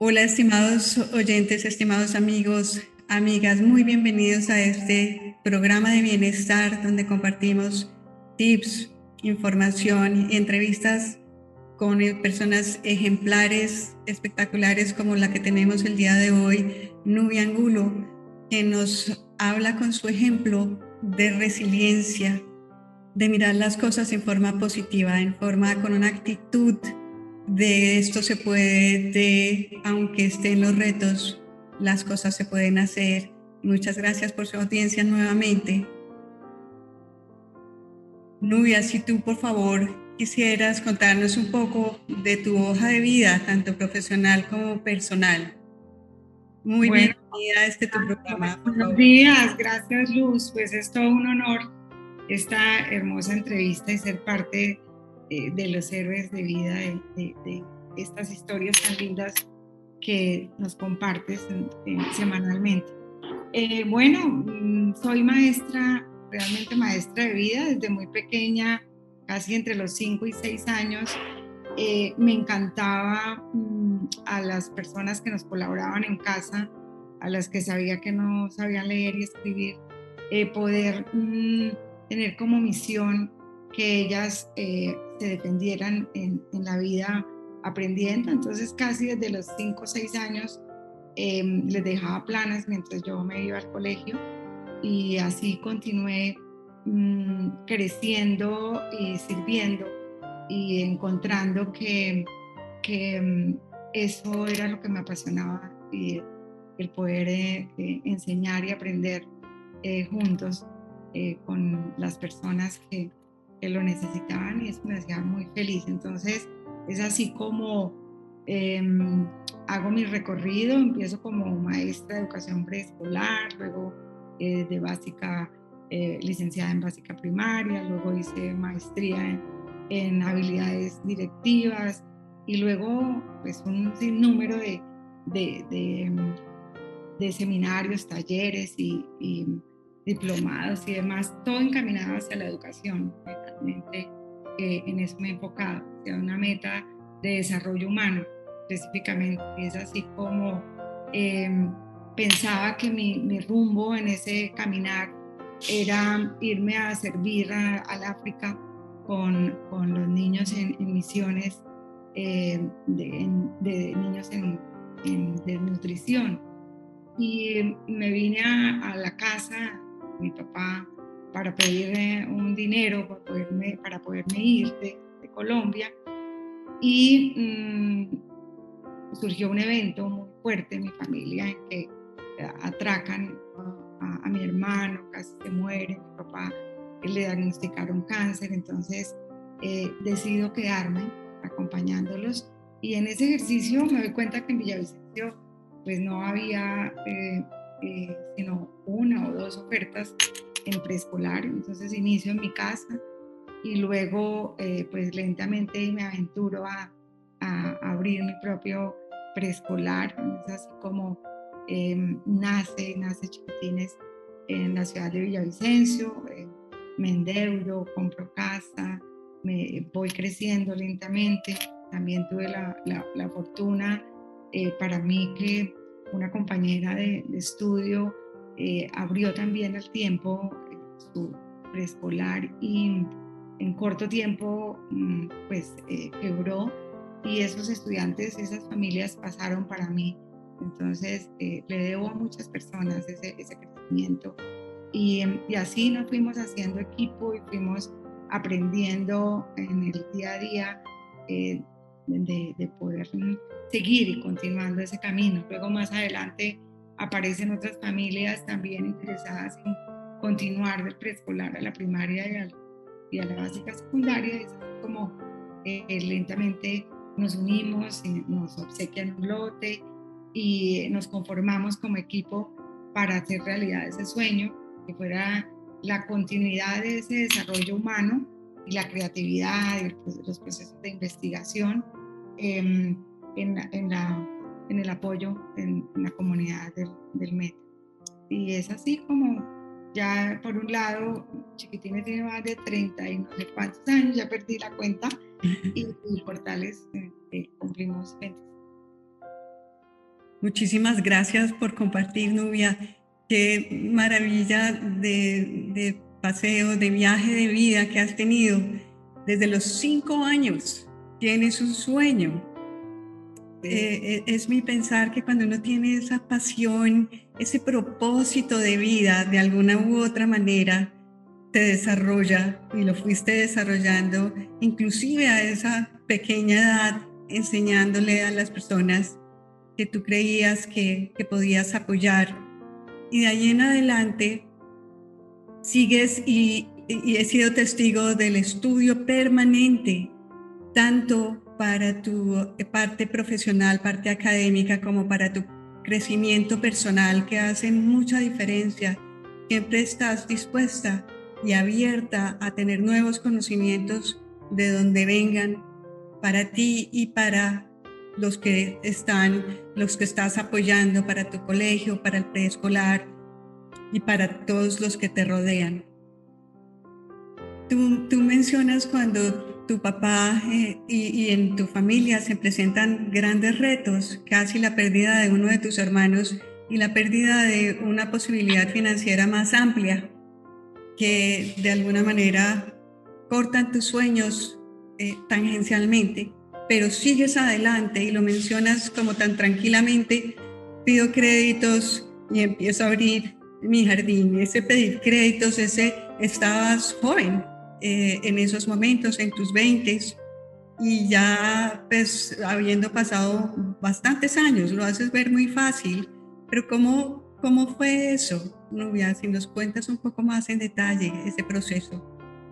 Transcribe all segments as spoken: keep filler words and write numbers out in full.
Hola, estimados oyentes, estimados amigos, amigas, muy bienvenidos a este programa de bienestar donde compartimos tips, información y entrevistas con personas ejemplares, espectaculares como la que tenemos el día de hoy, Nubia Angulo, que nos habla con su ejemplo de resiliencia, de mirar las cosas en forma positiva, en forma con una actitud de esto se puede, de aunque estén los retos, las cosas se pueden hacer. Muchas gracias por su audiencia nuevamente. Nubia, si tú por favor quisieras contarnos un poco de tu hoja de vida, tanto profesional como personal. Muy Bueno, bienvenida a este tu programa, por buenos favor. días, gracias Luz, pues es todo un honor esta hermosa entrevista y ser parte eh, de los héroes de vida, de, de, de, estas historias tan lindas que nos compartes eh, semanalmente. Eh, bueno, soy maestra, realmente maestra de vida desde muy pequeña, casi entre los cinco y seis años. Eh, me encantaba mmm, a las personas que nos colaboraban en casa, a las que sabía que no sabían leer y escribir, eh, poder mmm, tener como misión que ellas eh, se defendieran en, en la vida aprendiendo. Entonces casi desde los cinco o seis años eh, les dejaba planas mientras yo me iba al colegio y así continué mmm, creciendo y sirviendo y encontrando que, que um, eso era lo que me apasionaba, y el poder eh, eh, enseñar y aprender eh, juntos eh, con las personas que, que lo necesitaban, y eso me hacía muy feliz. Entonces es así como eh, hago mi recorrido. Empiezo como maestra de educación preescolar, luego eh, de básica, eh, licenciada en básica primaria, luego hice maestría en en habilidades directivas y luego pues un sinnúmero de, de, de, de seminarios, talleres y, y, diplomados y demás, todo encaminado hacia la educación. Realmente eh, en eso me he enfocado, hacia una meta de desarrollo humano específicamente. Es así como eh, pensaba que mi, mi rumbo en ese caminar era irme a servir a, al África con, con los niños en, en misiones eh, de, en, de, niños en, en desnutrición. Y me vine a, a la casa de mi papá para pedirle un dinero para poderme, para poderme ir de, de Colombia. Y mmm, surgió un evento muy fuerte en mi familia en que atracan a, a mi hermano, casi se muere, mi papá le diagnosticaron cáncer. Entonces eh, decido quedarme acompañándolos, y en ese ejercicio me doy cuenta que en Villavicencio pues no había eh, eh, sino una o dos ofertas en preescolar. Entonces inicio en mi casa y luego eh, pues lentamente me aventuro a, a, a abrir mi propio preescolar. Es así como eh, nace, nace Chiquitines en la ciudad de Villavicencio. Eh, me endeudo, compro casa, me voy creciendo lentamente. También tuve la, la, la fortuna eh, para mí que una compañera de, de estudio eh, abrió también al tiempo eh, su preescolar, y en corto tiempo pues eh, quebró, y esos estudiantes, esas familias pasaron para mí. Entonces eh, le debo a muchas personas ese, ese crecimiento, y, y así nos fuimos haciendo equipo y fuimos aprendiendo en el día a día eh, de, de poder seguir y continuando ese camino. Luego más adelante aparecen otras familias también interesadas en continuar del preescolar a la primaria y, al, y a la básica secundaria. Es como eh, lentamente nos unimos y nos obsequian un lote y nos conformamos como equipo para hacer realidad ese sueño, que fuera la continuidad de ese desarrollo humano y la creatividad y los procesos de investigación eh, en, en, la, en el apoyo en, en la comunidad del, del Meta. Y es así como ya por un lado Chiquitines tiene más de treinta y no sé cuántos años, ya perdí la cuenta, y, y Portales eh, eh, cumplimos veinte. Muchísimas gracias por compartir, Nubia. Qué maravilla de, de paseo, de viaje de vida que has tenido. Desde los cinco años tienes un sueño. Sí. Eh, es mi pensar que cuando uno tiene esa pasión, ese propósito de vida, de alguna u otra manera, se desarrolla y lo fuiste desarrollando, inclusive a esa pequeña edad, enseñándole a las personas que tú creías que, que podías apoyar. Y de ahí en adelante sigues y, y he sido testigo del estudio permanente, tanto para tu parte profesional, parte académica, como para tu crecimiento personal, que hacen mucha diferencia. Siempre estás dispuesta y abierta a tener nuevos conocimientos de donde vengan para ti y para los que están, los que estás apoyando, para tu colegio, para el preescolar y para todos los que te rodean. Tú, tú mencionas cuando tu papá eh, y, y en tu familia se presentan grandes retos, casi la pérdida de uno de tus hermanos y la pérdida de una posibilidad financiera más amplia, que de alguna manera cortan tus sueños eh, tangencialmente, pero sigues adelante y lo mencionas como tan tranquilamente: pido créditos y empiezo a abrir mi jardín. Ese pedir créditos, ese estabas joven eh, en esos momentos, en tus veintes, y ya pues habiendo pasado bastantes años, lo haces ver muy fácil, pero ¿cómo, cómo fue eso, Nubia? Si nos cuentas un poco más en detalle ese proceso.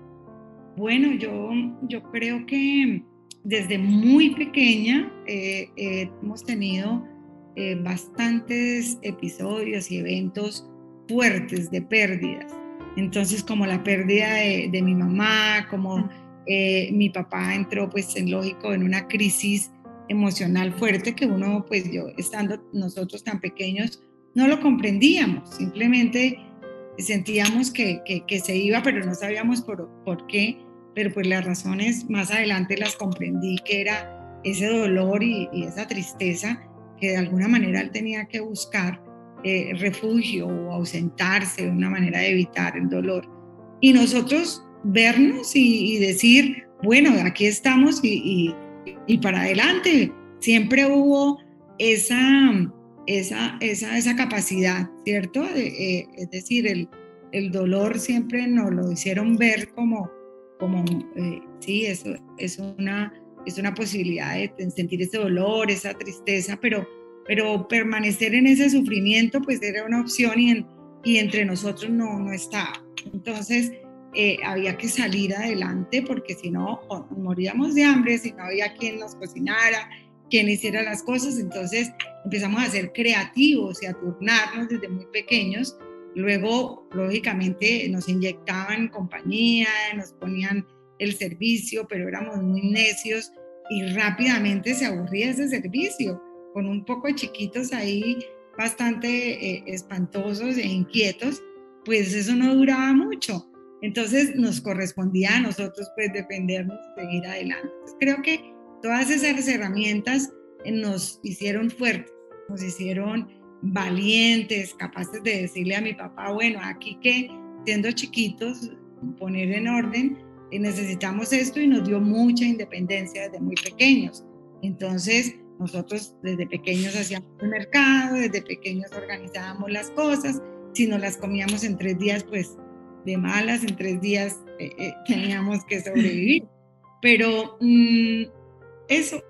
Bueno, yo, yo creo que desde muy pequeña eh, eh, hemos tenido eh, bastantes episodios y eventos fuertes de pérdidas. Entonces, como la pérdida de, de mi mamá, como eh, mi papá entró, pues, en lógico, en una crisis emocional fuerte que uno, pues yo, estando nosotros tan pequeños, no lo comprendíamos. Simplemente sentíamos que, que, que se iba, pero no sabíamos por, por qué, pero pues las razones más adelante las comprendí, que era ese dolor y, y esa tristeza que de alguna manera él tenía que buscar eh, refugio o ausentarse, una manera de evitar el dolor. Y nosotros vernos y, y decir, bueno, aquí estamos y, y, y para adelante. Siempre hubo esa... Esa, esa, esa capacidad, ¿cierto? Eh, es decir, el, el dolor siempre nos lo hicieron ver como, como eh, sí, eso es una, es una posibilidad de sentir ese dolor, esa tristeza, pero, pero permanecer en ese sufrimiento pues era una opción y, en, y entre nosotros no, no estaba. Entonces eh, había que salir adelante porque si no moríamos de hambre, si no había quien nos cocinara, quien hiciera las cosas. Entonces empezamos a ser creativos y a turnarnos desde muy pequeños. Luego, lógicamente, nos inyectaban compañía, nos ponían el servicio, pero éramos muy necios y rápidamente se aburría ese servicio, con un poco de chiquitos ahí bastante eh, espantosos e inquietos, pues eso no duraba mucho. Entonces nos correspondía a nosotros pues defendernos y seguir adelante. Entonces, creo que todas esas herramientas nos hicieron fuertes, nos hicieron valientes, capaces de decirle a mi papá, bueno, aquí que siendo chiquitos, poner en orden, eh, necesitamos esto, y nos dio mucha independencia desde muy pequeños. Entonces, nosotros desde pequeños hacíamos el mercado, desde pequeños organizábamos las cosas, si no las comíamos en tres días, pues de malas, en tres días eh, eh, teníamos que sobrevivir. Pero mmm, eso,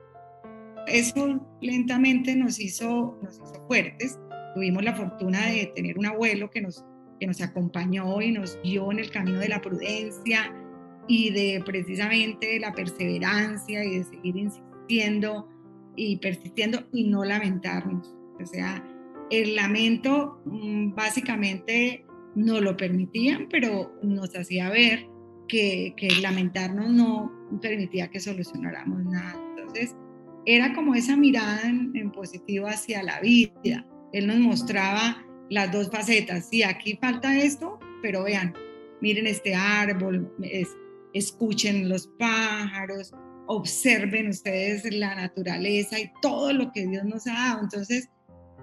eso lentamente nos hizo, nos hizo fuertes. Tuvimos la fortuna de tener un abuelo que nos, que nos acompañó y nos guió en el camino de la prudencia y de precisamente la perseverancia y de seguir insistiendo y persistiendo y no lamentarnos. O sea, el lamento básicamente no lo permitían, pero nos hacía ver que, que lamentarnos no permitía que solucionáramos nada. Entonces, era como esa mirada en, en positivo hacia la vida. Él nos mostraba las dos facetas. Sí, aquí falta esto, pero vean, miren este árbol, es, escuchen los pájaros, observen ustedes la naturaleza y todo lo que Dios nos ha dado. Entonces,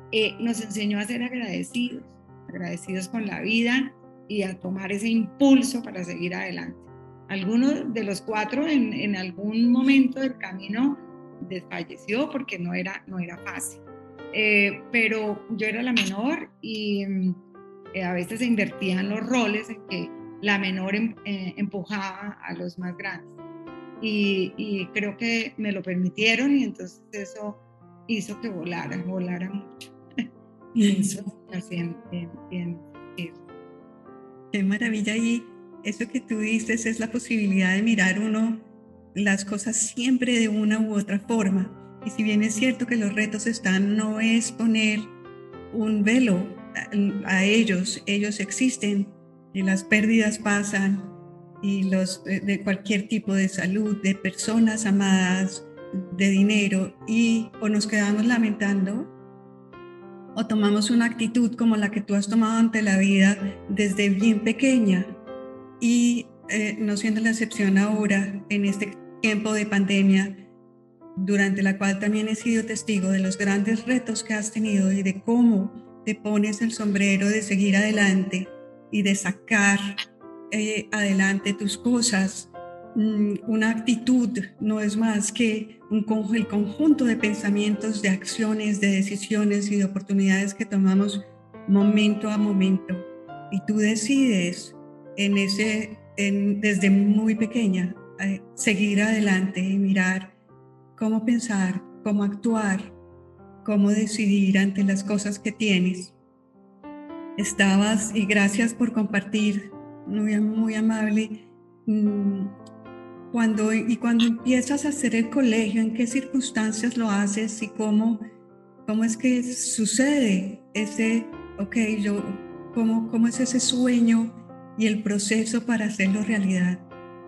eh, nos enseñó a ser agradecidos, agradecidos con la vida y a tomar ese impulso para seguir adelante. Alguno de los cuatro en, en algún momento del camino desfalleció porque no era, no era fácil. Eh, pero yo era la menor y eh, a veces se invertían los roles en que la menor em, eh, empujaba a los más grandes. Y, y creo que me lo permitieron y entonces eso hizo que volara, volara mucho. Eso así en, en, en, en. Qué maravilla. Y eso que tú dices es la posibilidad de mirar uno las cosas siempre de una u otra forma. Y si bien es cierto que los retos están, no es poner un velo a, a ellos, ellos existen y las pérdidas pasan y los de cualquier tipo de salud, de personas amadas, de dinero, y o nos quedamos lamentando o tomamos una actitud como la que tú has tomado ante la vida desde bien pequeña y eh, no siendo la excepción ahora en este tiempo de pandemia, durante la cual también he sido testigo de los grandes retos que has tenido y de cómo te pones el sombrero de seguir adelante y de sacar eh, adelante tus cosas. Mm, una actitud no es más que un, el conjunto de pensamientos, de acciones, de decisiones y de oportunidades que tomamos momento a momento. Y tú decides en ese, en, desde muy pequeña eh, seguir adelante y mirar cómo pensar, cómo actuar, cómo decidir ante las cosas que tienes. Estabas, y gracias por compartir, muy, muy amable. Cuando, y cuando empiezas a hacer el colegio, ¿en qué circunstancias lo haces y cómo, cómo es que sucede ese, ok, yo, cómo, cómo es ese sueño y el proceso para hacerlo realidad?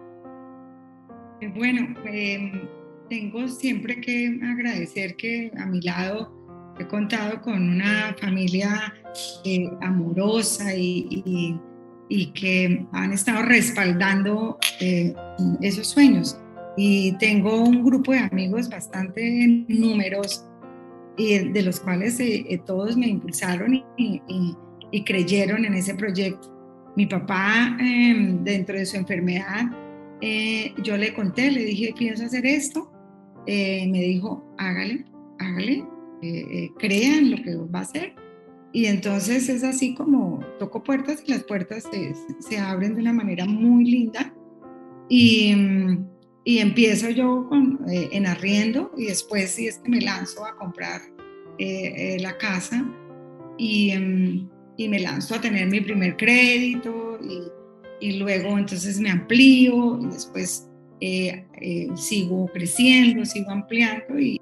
Bueno, eh, tengo siempre que agradecer que a mi lado he contado con una familia eh, amorosa y, y, y que han estado respaldando eh, esos sueños. Y tengo un grupo de amigos bastante numeroso y de los cuales eh, eh, todos me impulsaron y, y, y creyeron en ese proyecto. Mi papá, eh, dentro de su enfermedad, eh, yo le conté, le dije, pienso hacer esto. Eh, me dijo, hágale, hágale, eh, eh, crea en lo que va a hacer. Y entonces es así como toco puertas y las puertas se, se abren de una manera muy linda. Y, y empiezo yo con, eh, en arriendo y después sí es que me lanzo a comprar eh, eh, la casa y, um, y me lanzo a tener mi primer crédito y, y luego entonces me amplío y después eh, eh, sigo creciendo, sigo ampliando y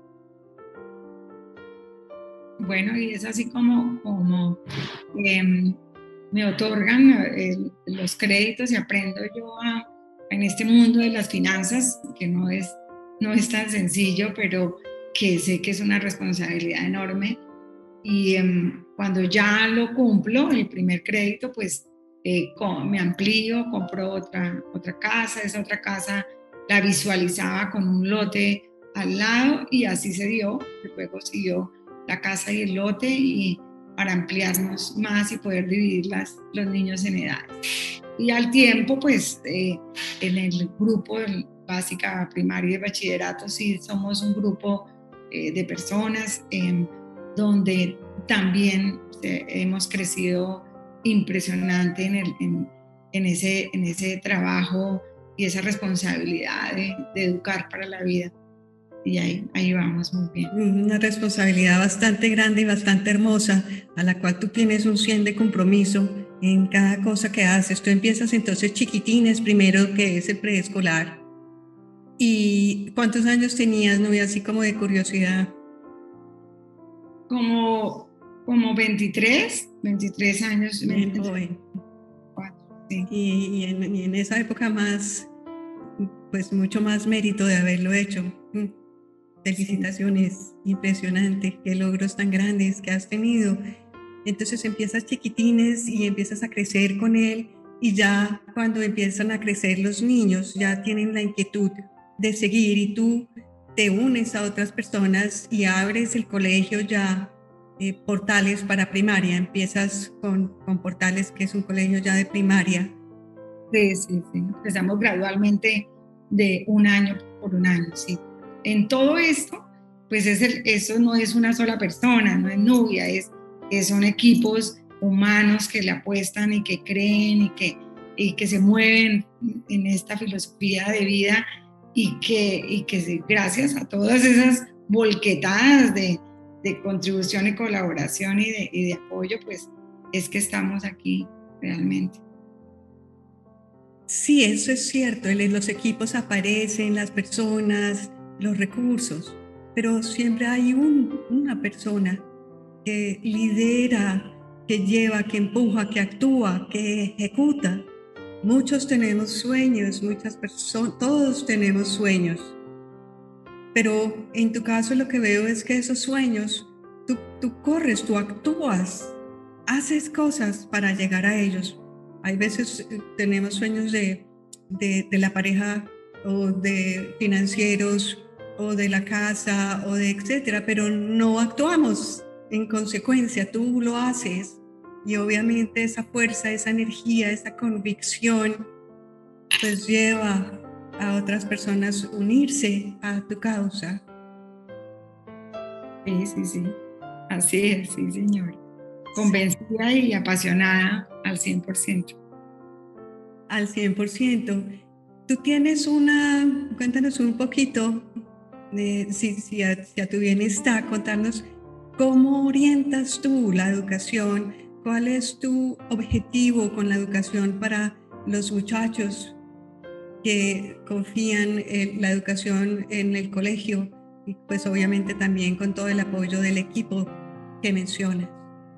bueno, y es así como, como eh, me otorgan eh, los créditos y aprendo yo a, en este mundo de las finanzas, que no es, no es tan sencillo, pero que sé que es una responsabilidad enorme. Y eh, cuando ya lo cumplo, el primer crédito, pues eh, con, me amplío, compro otra, otra casa, esa otra casa la visualizaba con un lote al lado y así se dio, luego siguió la casa y el lote y para ampliarnos más y poder dividir las, los niños en edades. Y al tiempo, pues eh, en el grupo básica, primaria y de bachillerato, sí somos un grupo eh, de personas eh, donde también eh, hemos crecido impresionante en, el, en, en, ese, en ese trabajo y esa responsabilidad de, de educar para la vida. Y ahí, ahí vamos muy bien. Una responsabilidad bastante grande y bastante hermosa, a la cual tú tienes un cien de compromiso en cada cosa que haces. Tú empiezas entonces chiquitines primero, que es el preescolar. ¿Y cuántos años tenías, novia, así como de curiosidad? Como, como veintitrés, veintitrés años. Bien joven. Sí. Y, y, en, y en esa época más, pues mucho más mérito de haberlo hecho. Felicitaciones, sí. Impresionante, qué logros tan grandes que has tenido. Entonces empiezas chiquitines y empiezas a crecer con él y ya cuando empiezan a crecer los niños ya tienen la inquietud de seguir y tú te unes a otras personas y abres el colegio ya eh, Portales para primaria. Empiezas con, con Portales, que es un colegio ya de primaria. Sí, sí, sí. Empezamos gradualmente de un año por un año, sí. En todo esto, pues es el, eso no es una sola persona, no es Nubia, es, es, son equipos humanos que le apuestan y que creen y que, y que se mueven en esta filosofía de vida y que, y que gracias a todas esas volquetadas de, de contribución y colaboración y de, y de apoyo, pues es que estamos aquí realmente. Sí, eso es cierto. Los equipos aparecen, las personas, los recursos, pero siempre hay un, una persona que lidera, que lleva, que empuja, que actúa, que ejecuta. Muchos tenemos sueños, muchas personas, todos tenemos sueños. Pero en tu caso lo que veo es que esos sueños, tú, tú corres, tú actúas, haces cosas para llegar a ellos. Hay veces tenemos sueños de, de, de la pareja o de financieros o de la casa o de etcétera, pero no actuamos en consecuencia. Tú lo haces y obviamente esa fuerza, esa energía, esa convicción pues lleva a otras personas unirse a tu causa. Sí, sí, sí. Así es, sí, señor. Convencida y apasionada al cien por ciento. Al cien por ciento. Tú tienes una, cuéntanos un poquito, de, si, si, a, si a tu bienestar, contarnos cómo orientas tú la educación, cuál es tu objetivo con la educación para los muchachos que confían en la educación en el colegio y pues obviamente también con todo el apoyo del equipo que mencionas.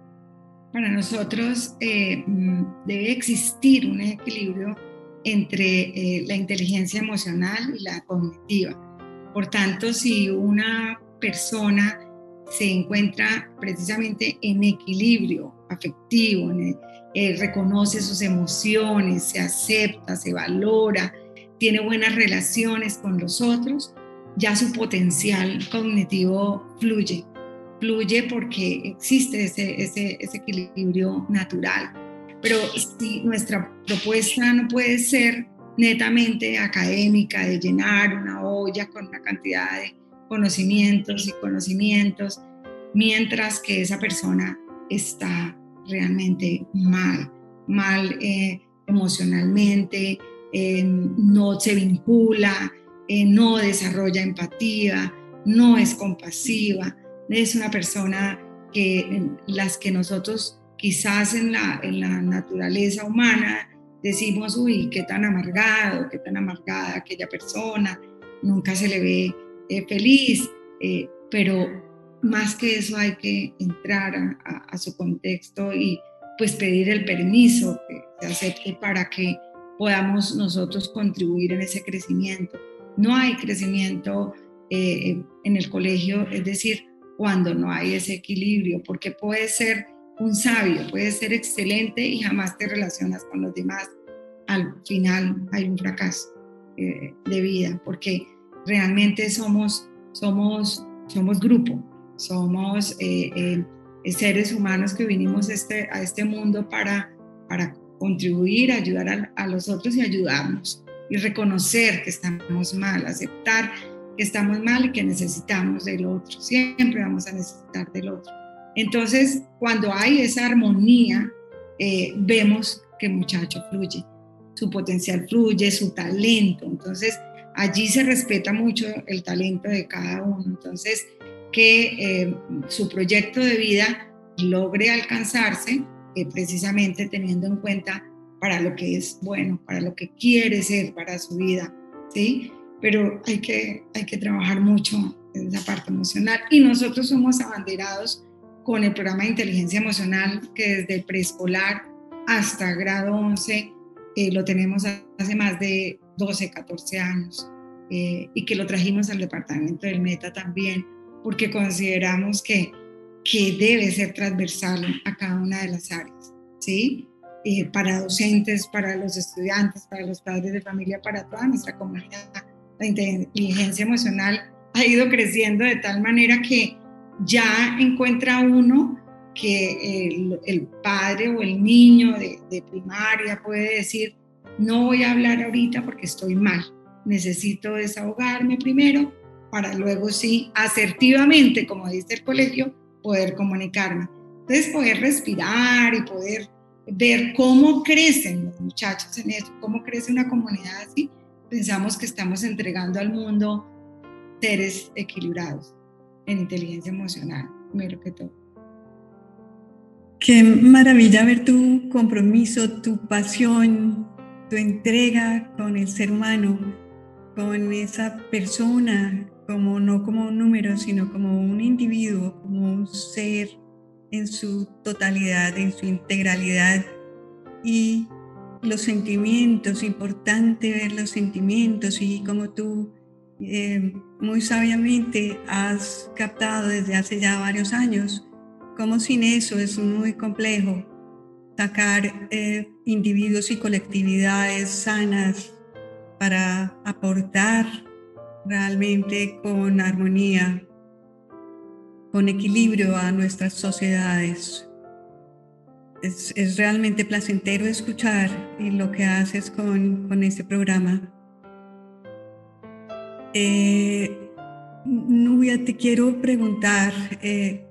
Para nosotros eh, debe existir un equilibrio entre eh, la inteligencia emocional y la cognitiva. Por tanto, si una persona se encuentra precisamente en equilibrio afectivo, en el, eh, reconoce sus emociones, se acepta, se valora, tiene buenas relaciones con los otros, ya su potencial cognitivo fluye. Fluye porque existe ese, ese, ese equilibrio natural. Pero si nuestra propuesta no puede ser netamente académica, de llenar una olla con una cantidad de conocimientos y conocimientos, mientras que esa persona está realmente mal, mal eh, emocionalmente, eh, no se vincula, eh, no desarrolla empatía, no es compasiva, es una persona que las que nosotros quizás en la, en la naturaleza humana decimos, uy, qué tan amargado, qué tan amargada aquella persona, nunca se le ve eh, feliz, eh, pero más que eso hay que entrar a, a, a su contexto y pues pedir el permiso que se acepte para que podamos nosotros contribuir en ese crecimiento. No hay crecimiento eh, en el colegio, es decir, cuando no hay ese equilibrio, porque puede ser un sabio, puede ser excelente y jamás te relacionas con los demás. Al final hay un fracaso eh, de vida, porque realmente somos, somos, somos grupo, somos eh, eh, seres humanos que vinimos este, a este mundo para, para contribuir, ayudar a, a los otros y ayudarnos y reconocer que estamos mal, aceptar que estamos mal y que necesitamos del otro, siempre vamos a necesitar del otro. Entonces, cuando hay esa armonía, eh, vemos que el muchacho fluye, su potencial fluye, su talento, entonces allí se respeta mucho el talento de cada uno, entonces que eh, su proyecto de vida logre alcanzarse, eh, precisamente teniendo en cuenta para lo que es bueno, para lo que quiere ser para su vida, ¿sí? Pero hay que, hay que trabajar mucho en esa parte emocional y nosotros somos abanderados con el programa de inteligencia emocional que desde el preescolar hasta grado once eh, lo tenemos hace más de doce, catorce años eh, y que lo trajimos al departamento del Meta también porque consideramos que, que debe ser transversal a cada una de las áreas, ¿sí? Eh, para docentes, para los estudiantes, para los padres de familia, para toda nuestra comunidad. La inteligencia emocional ha ido creciendo de tal manera que ya encuentra uno que el, el padre o el niño de, de primaria puede decir, no voy a hablar ahorita porque estoy mal, necesito desahogarme primero para luego sí, asertivamente, como dice el colegio, poder comunicarme. Entonces, poder respirar y poder ver cómo crecen los muchachos en eso, cómo crece una comunidad así, pensamos que estamos entregando al mundo seres equilibrados en inteligencia emocional, primero que todo. Qué maravilla ver tu compromiso, tu pasión, tu entrega con el ser humano, con esa persona, como no como un número, sino como un individuo, como un ser en su totalidad, en su integralidad. Y los sentimientos, importante ver los sentimientos, y como tú eh, muy sabiamente has captado desde hace ya varios años, como sin eso es muy complejo sacar eh, individuos y colectividades sanas para aportar realmente con armonía, con equilibrio a nuestras sociedades. Es, es realmente placentero escuchar lo que haces con, con este programa. Eh, Nubia, te quiero preguntar eh,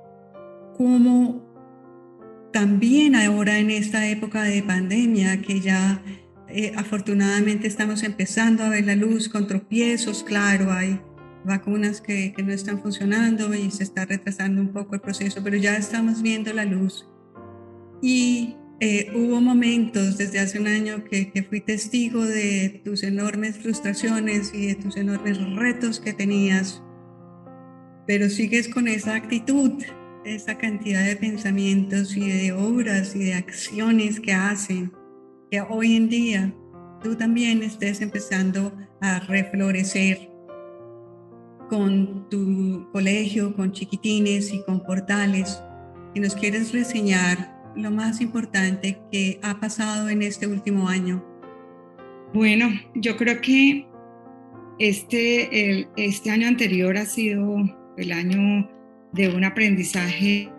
cómo también ahora en esta época de pandemia, que ya eh, afortunadamente estamos empezando a ver la luz con tropiezos, claro, hay vacunas que, que no están funcionando y se está retrasando un poco el proceso, pero ya estamos viendo la luz. Y eh, hubo momentos desde hace un año que, que fui testigo de tus enormes frustraciones y de tus enormes retos que tenías, pero sigues con esa actitud, esa cantidad de pensamientos y de obras y de acciones que hacen que hoy en día tú también estés empezando a reflorecer con tu colegio, con chiquitines y con portales. Si nos quieres reseñar lo más importante que ha pasado en este último año. Bueno, yo creo que este, el, este año anterior ha sido el año de un aprendizaje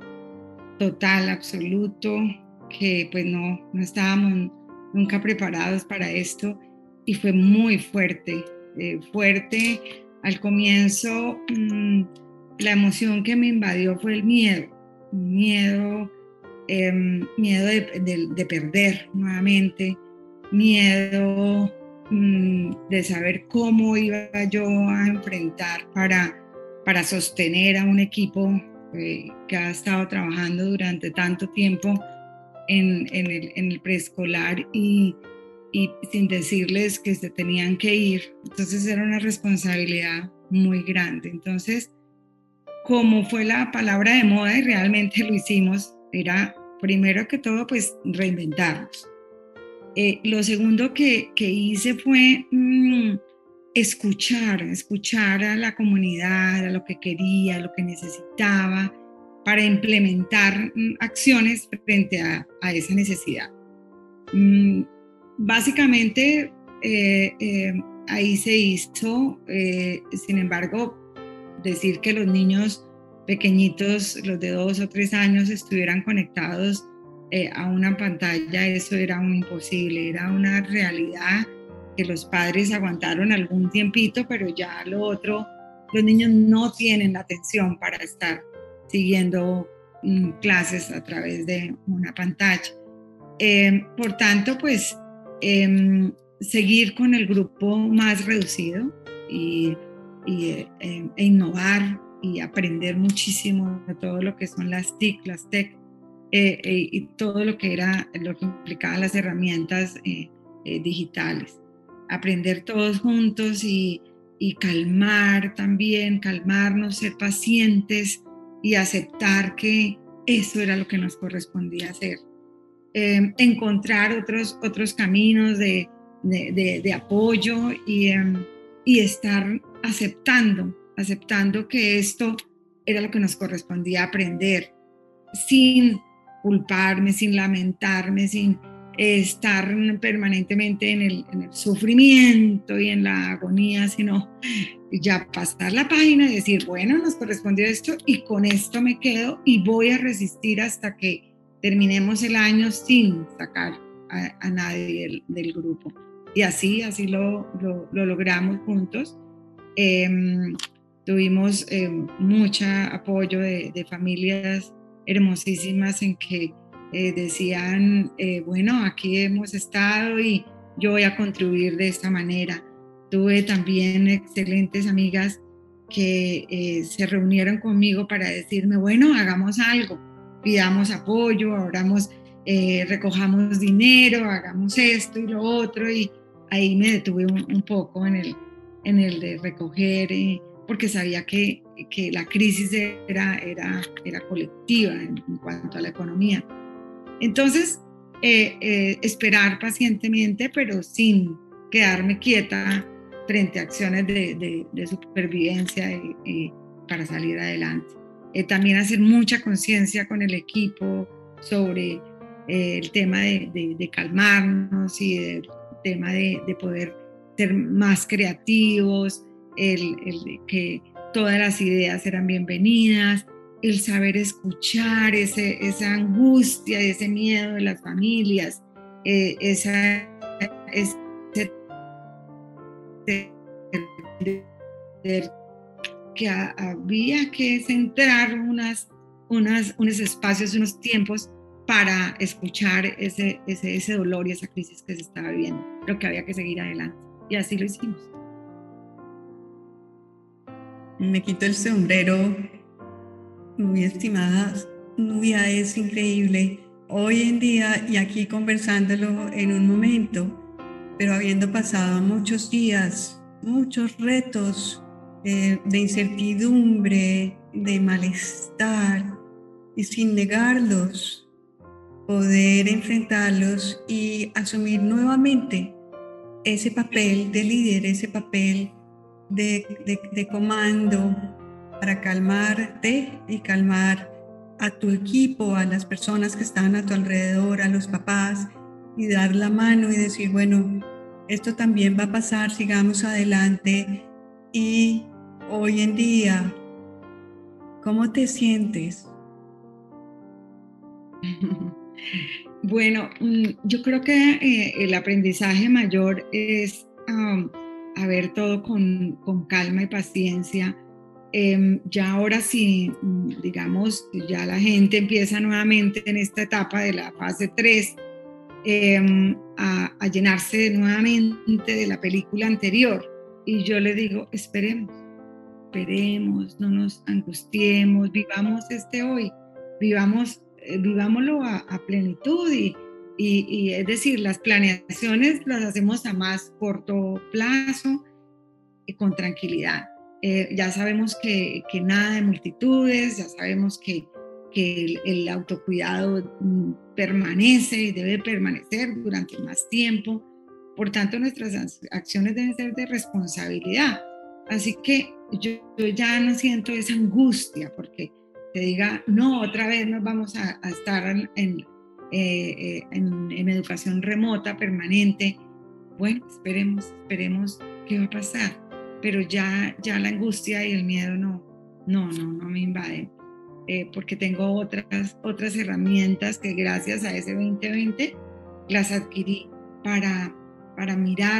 total, absoluto, que pues no, no estábamos nunca preparados para esto y fue muy fuerte, eh, fuerte. Al comienzo, mmm, la emoción que me invadió fue el miedo, miedo, eh, miedo de, de, de perder nuevamente, miedo mmm, de saber cómo iba yo a enfrentar para, para sostener a un equipo eh, que ha estado trabajando durante tanto tiempo en, en, el, en el preescolar y, y sin decirles que se tenían que ir. Entonces era una responsabilidad muy grande. Entonces, como fue la palabra de moda y realmente lo hicimos, era primero que todo pues reinventarnos. Eh, lo segundo que, que hice fue mmm, escuchar, escuchar a la comunidad, a lo que quería, a lo que necesitaba, para implementar mmm, acciones frente a, a esa necesidad. Mm, básicamente, eh, eh, ahí se hizo, eh, sin embargo, decir que los niños pequeñitos, los de dos o tres años, estuvieran conectados eh, a una pantalla, eso era un imposible, era una realidad que los padres aguantaron algún tiempito, pero ya lo otro, los niños no tienen la atención para estar siguiendo mm, clases a través de una pantalla. Eh, por tanto, pues, eh, seguir con el grupo más reducido y, y eh, e innovar y aprender muchísimo de todo lo que son las T I C, las T E C, eh, eh, y todo lo que era, lo que implicaban las herramientas eh, eh, digitales. Aprender todos juntos y, y calmar también, calmarnos, ser pacientes y aceptar que eso era lo que nos correspondía hacer. Eh, encontrar otros, otros caminos de, de, de, de apoyo y, eh, y estar aceptando, aceptando que esto era lo que nos correspondía aprender, sin culparme, sin lamentarme, sin, estar permanentemente en el, en el sufrimiento y en la agonía, sino ya pasar la página y decir, bueno, nos correspondió esto y con esto me quedo y voy a resistir hasta que terminemos el año sin sacar a, a nadie del, del grupo. Y así, así lo, lo, lo logramos juntos. Eh, tuvimos eh, mucho apoyo de, de familias hermosísimas en que eh, decían, eh, bueno, aquí hemos estado y yo voy a contribuir de esta manera. Tuve también excelentes amigas que eh, se reunieron conmigo para decirme, bueno, hagamos algo, pidamos apoyo, abramos, eh, recojamos dinero, hagamos esto y lo otro, y ahí me detuve un, un poco en el, en el de recoger, eh, porque sabía que, que la crisis era, era, era colectiva en, en cuanto a la economía. Entonces, eh, eh, esperar pacientemente, pero sin quedarme quieta frente a acciones de, de, de supervivencia y, y para salir adelante. Eh, también hacer mucha conciencia con el equipo sobre eh, el tema de, de, de calmarnos y el tema de, de poder ser más creativos, el, el, que todas las ideas eran bienvenidas, el saber escuchar ese, esa angustia y ese miedo de las familias, eh, esa, ese que a, había que centrar unas, unas, unos espacios, unos tiempos para escuchar ese, ese, ese dolor y esa crisis que se estaba viviendo, pero que había que seguir adelante. Y así lo hicimos. Me quito el sombrero. Muy estimada Nubia, es increíble. Hoy en día, y aquí conversándolo en un momento, pero habiendo pasado muchos días, muchos retos eh, de incertidumbre, de malestar, y sin negarlos, poder enfrentarlos y asumir nuevamente ese papel de líder, ese papel de, de, de comando para calmarte y calmar a tu equipo, a las personas que están a tu alrededor, a los papás, y dar la mano y decir, bueno, esto también va a pasar, sigamos adelante. Y hoy en día, ¿cómo te sientes? Bueno, yo creo que eh, el aprendizaje mayor es um, a ver todo con, con calma y paciencia. Eh, ya ahora sí, digamos, ya la gente empieza nuevamente en esta etapa de la fase tres eh, a, a llenarse nuevamente de la película anterior. Y yo le digo, esperemos, esperemos, no nos angustiemos, vivamos este hoy, vivamos, eh, vivámoslo a, a plenitud y, y, y es decir, las planeaciones las hacemos a más corto plazo y con tranquilidad. Eh, ya sabemos que, que nada de multitudes, ya sabemos que, que el, el autocuidado mm, permanece y debe permanecer durante más tiempo. Por tanto, nuestras acciones deben ser de responsabilidad. Así que yo, yo ya no siento esa angustia porque te diga, no, otra vez nos vamos a, a estar en, en, eh, en, en educación remota permanente. Bueno, esperemos, esperemos qué va a pasar. Pero ya, ya la angustia y el miedo no, no, no, no me invaden, eh, porque tengo otras, otras herramientas que gracias a ese veinte veinte las adquirí para, para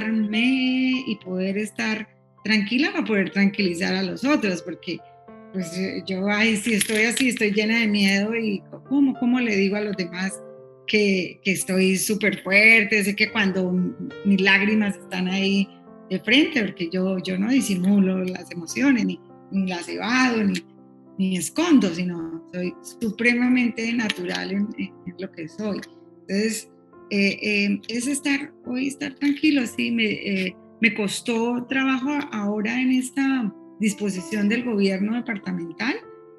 mirarme y poder estar tranquila, para poder tranquilizar a los otros, porque pues yo, ay, si estoy así, estoy llena de miedo y ¿cómo, cómo le digo a los demás que, que estoy súper fuerte? Sé que cuando mis lágrimas están ahí de frente, porque yo, yo no disimulo las emociones, ni, ni las evado, ni, ni escondo, sino soy supremamente natural en, en, en lo que soy. Entonces, eh, eh, es estar, hoy estar tranquilo, sí, me, eh, me costó trabajo ahora en esta disposición del gobierno departamental,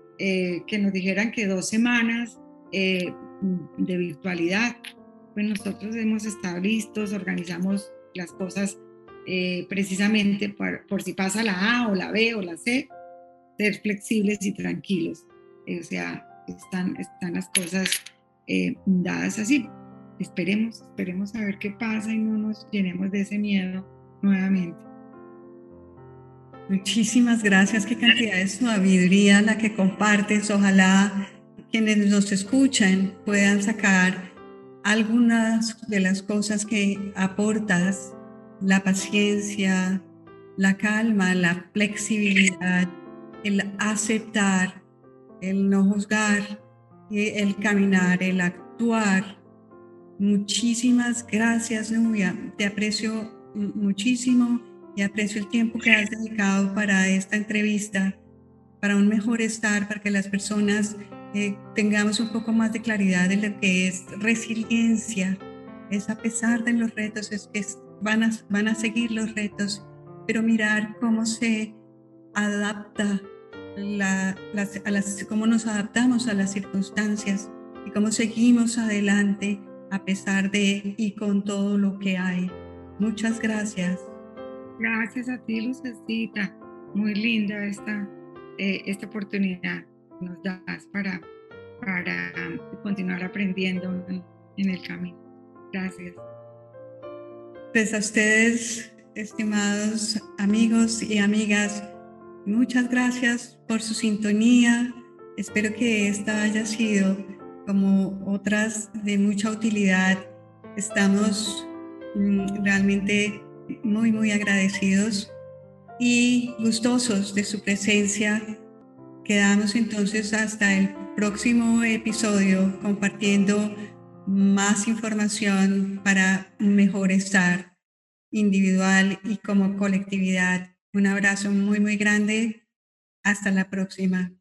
eh, que nos dijeran que dos semanas eh, de virtualidad, pues nosotros hemos estado listos, organizamos las cosas Eh, precisamente por, por si pasa la A o la B o la C, ser flexibles y tranquilos. Eh, o sea, están, están las cosas eh, dadas así. esperemos, esperemos a ver qué pasa y no nos llenemos de ese miedo nuevamente. Muchísimas gracias, qué cantidad de sabiduría la que compartes. Ojalá quienes nos escuchan puedan sacar algunas de las cosas que aportas: la paciencia, la calma, la flexibilidad, el aceptar, el no juzgar, el caminar, el actuar. Muchísimas gracias, Nubia. Te aprecio muchísimo y aprecio el tiempo que has dedicado para esta entrevista, para un mejor estar, para que las personas eh, tengamos un poco más de claridad de lo que es resiliencia. Es a pesar de los retos, es que van a, van a seguir los retos, pero mirar cómo se adapta, la, las, a las, cómo nos adaptamos a las circunstancias y cómo seguimos adelante a pesar de y con todo lo que hay. Muchas gracias. Gracias a ti, Lucecita. Muy linda esta, eh, esta oportunidad que nos das para, para continuar aprendiendo en, en el camino. Gracias. Pues a ustedes, estimados amigos y amigas, muchas gracias por su sintonía. Espero que esta haya sido, como otras, de mucha utilidad. Estamos mm, realmente muy, muy agradecidos y gustosos de su presencia. Quedamos entonces hasta el próximo episodio compartiendo más información para un mejor estar individual y como colectividad. Un abrazo muy, muy grande. Hasta la próxima.